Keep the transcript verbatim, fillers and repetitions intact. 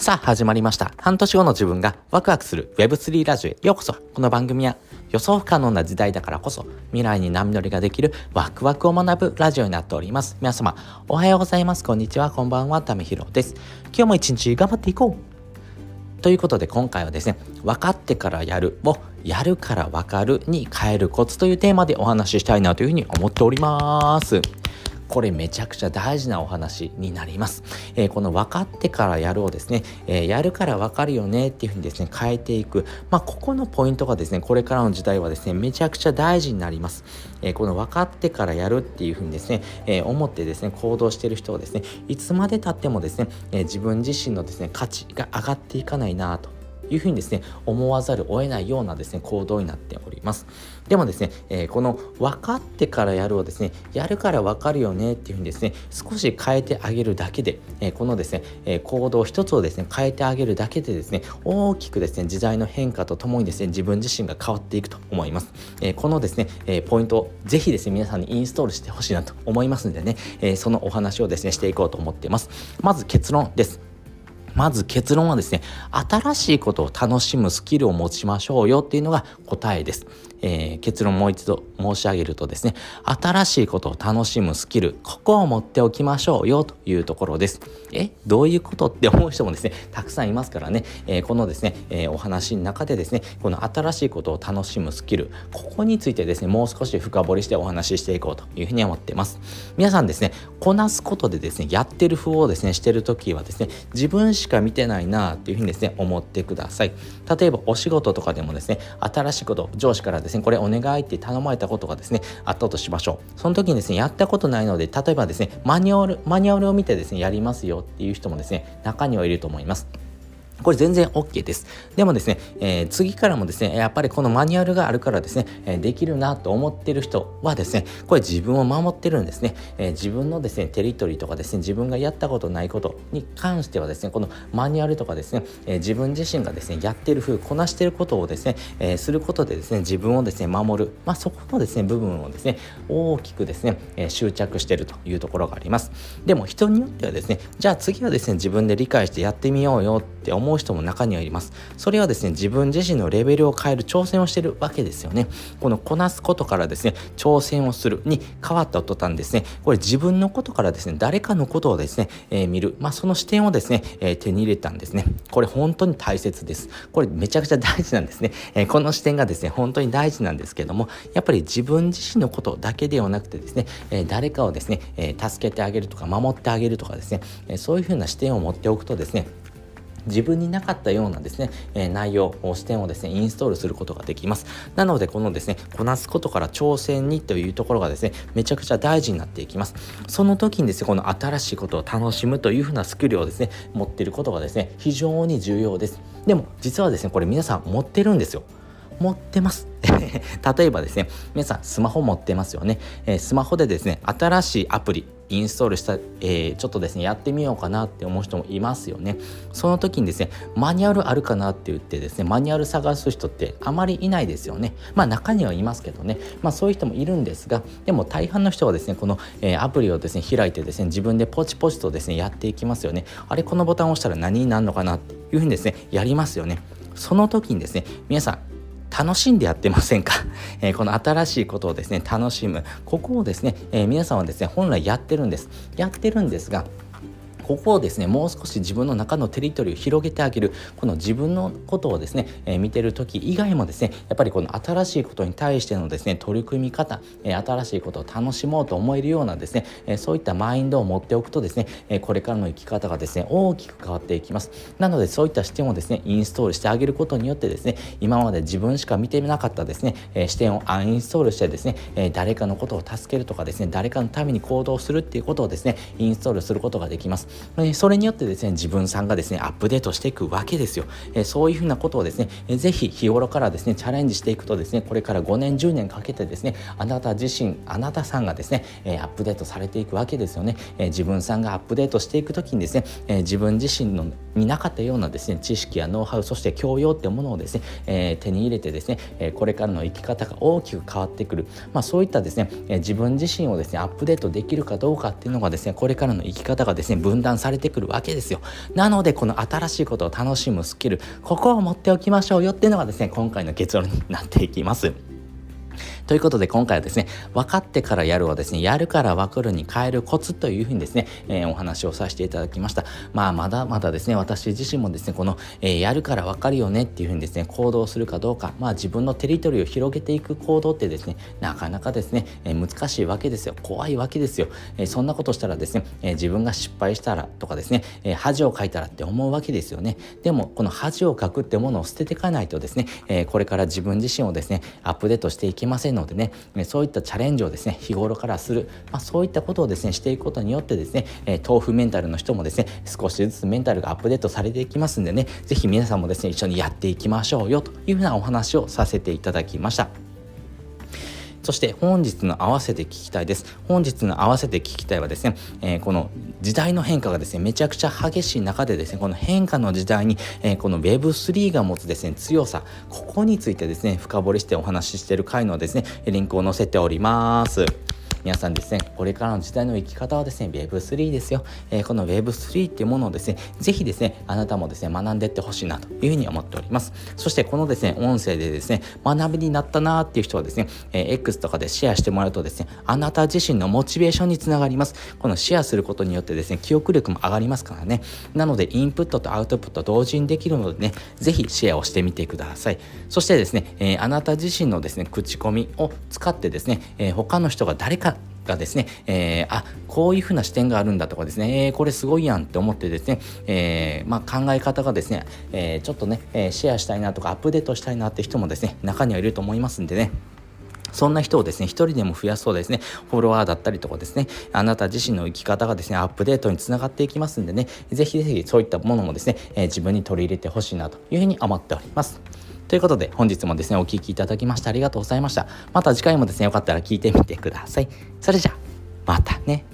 さあ始まりました。半年後の自分がワクワクする ウェブスリー ラジオへようこそ。この番組は予想不可能な時代だからこそ未来に波乗りができるワクワクを学ぶラジオになっております。皆様おはようございます。こんにちは。こんばんは。ためひろです。今日も一日頑張っていこうということで、今回はですね、分かってからやるをやるから分かるに変えるコツというテーマでお話ししたいなというふうに思っております。これめちゃくちゃ大事なお話になります。えー、この分かってからやるをですね、えー、やるから分かるよねっていうふうにですね変えていく。まあここのポイントがですね、これからの時代はですねめちゃくちゃ大事になります。えー、この分かってからやるっていうふうにですね、えー、思ってですね行動している人はですね、いつまで経ってもですね、えー、自分自身のですね価値が上がっていかないなというふうにですね思わざるを得ないようなですね行動になっております。でもですね、えー、この分かってからやるをですね、やるから分かるよねっていうふうにですね少し変えてあげるだけで、えー、このですね、えー、行動一つをですね変えてあげるだけでですね、大きくですね時代の変化とともにですね自分自身が変わっていくと思います。えー、このですね、えー、ポイントをぜひですね皆さんにインストールしてほしいなと思いますのでね、えー、そのお話をですねしていこうと思っています。まず結論です。まず結論はですね、新しいことを楽しむスキルを持ちましょうよっていうのが答えです。えー、結論もう一度申し上げるとですね、新しいことを楽しむスキル、ここを持っておきましょうよというところです。え、どういうことって思う人もですね、たくさんいますからね、えー、このですね、えー、お話の中でですね、この新しいことを楽しむスキル、ここについてですね、もう少し深掘りしてお話ししていこうというふうに思っています。皆さんですね、こなすことでですね、やってる風をですね、してるときはですね、自分しか見てないなっていうふうにですね、思ってください。例えばお仕事とかでもですね、新しいこと、上司からですね、これお願いって頼まれたことがですねあったとしましょう。その時にですねやったことないので、例えばですねマニュアルマニュアルを見てですねやりますよっていう人もですね中にはいると思います。これ全然 OK です。でもですね、えー、次からもですね、やっぱりこのマニュアルがあるからですね、えー、できるなと思ってる人はですね、これ自分を守ってるんですね。えー、自分のですね、テリトリーとかですね、自分がやったことないことに関してはですね、このマニュアルとかですね、えー、自分自身がですね、やってる風、こなしてることをですね、えー、することでですね、自分をですね、守る。まあそこのですね、部分をですね、大きくですね、えー、執着しているというところがあります。でも人によってはですね、じゃあ次はですね、自分で理解してやってみようよって思う人も中にはいます。それはですね、自分自身のレベルを変える挑戦をしているわけですよね。このこなすことからですね、挑戦をするに変わった途端ですね、これ自分のことからですね、誰かのことをですね、えー、見る、まあその視点をですね、えー、手に入れたんですね。これ本当に大切です。これめちゃくちゃ大事なんですね。えー、この視点がですね、本当に大事なんですけども、やっぱり自分自身のことだけではなくてですね、えー、誰かをですね、えー、助けてあげるとか守ってあげるとかですね、えー、そういうふうな視点を持っておくとですね、自分になかったようなですね、えー、内容、視点をですね、インストールすることができます。なので、このですね、こなすことから挑戦にというところがですね、めちゃくちゃ大事になっていきます。その時にですね、この新しいことを楽しむというふうなスキルをですね、持っていることがですね、非常に重要です。でも、実はですね、これ皆さん持ってるんですよ。持ってます。例えばですね、皆さんスマホ持ってますよね。えー、スマホでですね、新しいアプリインストールした、えー、ちょっとですねやってみようかなって思う人もいますよね。その時にですね、マニュアルあるかなって言ってですね、マニュアル探す人ってあまりいないですよね。まあ中にはいますけどね、まあそういう人もいるんですが、でも大半の人はですね、この、えー、アプリをですね開いてですね、自分でポチポチとですねやっていきますよね。あれ、このボタンを押したら何になるのかなっていうふうにですねやりますよね。その時にですね、皆さん楽しんでやってませんか？えー、この新しいことをですね楽しむ、ここをですね、えー、皆さんはですね本来やってるんですやってるんですが、ここをですねもう少し自分の中のテリトリーを広げてあげる、この自分のことをですね、えー、見てる時以外もですね、やっぱりこの新しいことに対してのですね取り組み方、えー、新しいことを楽しもうと思えるようなですね、えー、そういったマインドを持っておくとですね、えー、これからの生き方がですね大きく変わっていきます。なのでそういった視点をですねインストールしてあげることによってですね、今まで自分しか見てなかったですね、えー、視点をアンインストールしてですね、えー、誰かのことを助けるとかですね、誰かのために行動するっていうことをですねインストールすることができます。それによってですね、自分さんがですねアップデートしていくわけですよ。えー、そういうふうなことをですね、えー、ぜひ日頃からですねチャレンジしていくとですね、これからごねんじゅうねんかけてですね、あなた自身あなたさんがですね、えー、アップデートされていくわけですよね。えー、自分さんがアップデートしていくときにですね、えー、自分自身のになかったようなですね知識やノウハウ、そして教養ってものをですね、えー、手に入れてですね、えー、これからの生き方が大きく変わってくる、まあ、そういったですね、えー、自分自身をですねアップデートできるかどうかっていうのがですね、これからの生き方がですね分分断されてくるわけですよ。なのでこの新しいことを楽しむスキル、ここを持っておきましょうよっていうのがですね、今回の結論になっていきます。ということで今回はですね、分かってからやるをですね、やるから分かるに変えるコツというふうにですね、えー、お話をさせていただきました。まあまだまだですね、私自身もですね、この、えー、やるから分かるよねっていうふうにですね、行動するかどうか、まあ自分のテリトリーを広げていく行動ってですね、なかなかですね、えー、難しいわけですよ。怖いわけですよ。えー、そんなことしたらですね、えー、自分が失敗したらとかですね、えー、恥をかいたらって思うわけですよね。でもこの恥をかくってものを捨てていかないとですね、えー、これから自分自身をですね、アップデートしていけませんのでね、そういったチャレンジをですね、日頃からする、まあ、そういったことをですね、していくことによってですね、えー、豆腐メンタルの人もですね、少しずつメンタルがアップデートされていきますんでね、ぜひ皆さんもですね、一緒にやっていきましょうよというふうなお話をさせていただきました。そして本日の合わせて聞きたいです。本日の合わせて聞きたいはですね、えー、この時代の変化がですね、めちゃくちゃ激しい中でですね、この変化の時代に、えー、この ウェブスリー が持つですね、強さ、ここについてですね、深掘りしてお話ししている回のですね、リンクを載せております。皆さんですね、これからの時代の生き方はですね、ウェブスリー ですよ。えー、この ウェブスリー っていうものをですね、ぜひですね、あなたもですね、学んでいってほしいなというふうに思っております。そしてこのですね、音声でですね、学びになったなーっていう人はですね、えー、X とかでシェアしてもらうとですね、あなた自身のモチベーションにつながります。このシェアすることによってですね、記憶力も上がりますからね。なので、インプットとアウトプット同時にできるのでね、ぜひシェアをしてみてください。そしてですね、えー、あなた自身のですね、口コミを使ってですね、えー、他の人が誰かがですね、えー、あ、こういう風な視点があるんだとかですね、えー、これすごいやんって思ってですね、えー、まあ考え方がですね、えー、ちょっとね、えー、シェアしたいなとかアップデートしたいなって人もですね、中にはいると思いますんでね。そんな人をですね、一人でも増やすとですね、フォロワーだったりとかですね、あなた自身の生き方がですね、アップデートにつながっていきますんでね、ぜひぜひそういったものもですね、えー、自分に取り入れてほしいなというふうに思っております。ということで本日もですね、お聞きいただきましてありがとうございました。また次回もですね、よかったら聞いてみてください。それじゃあ、またね。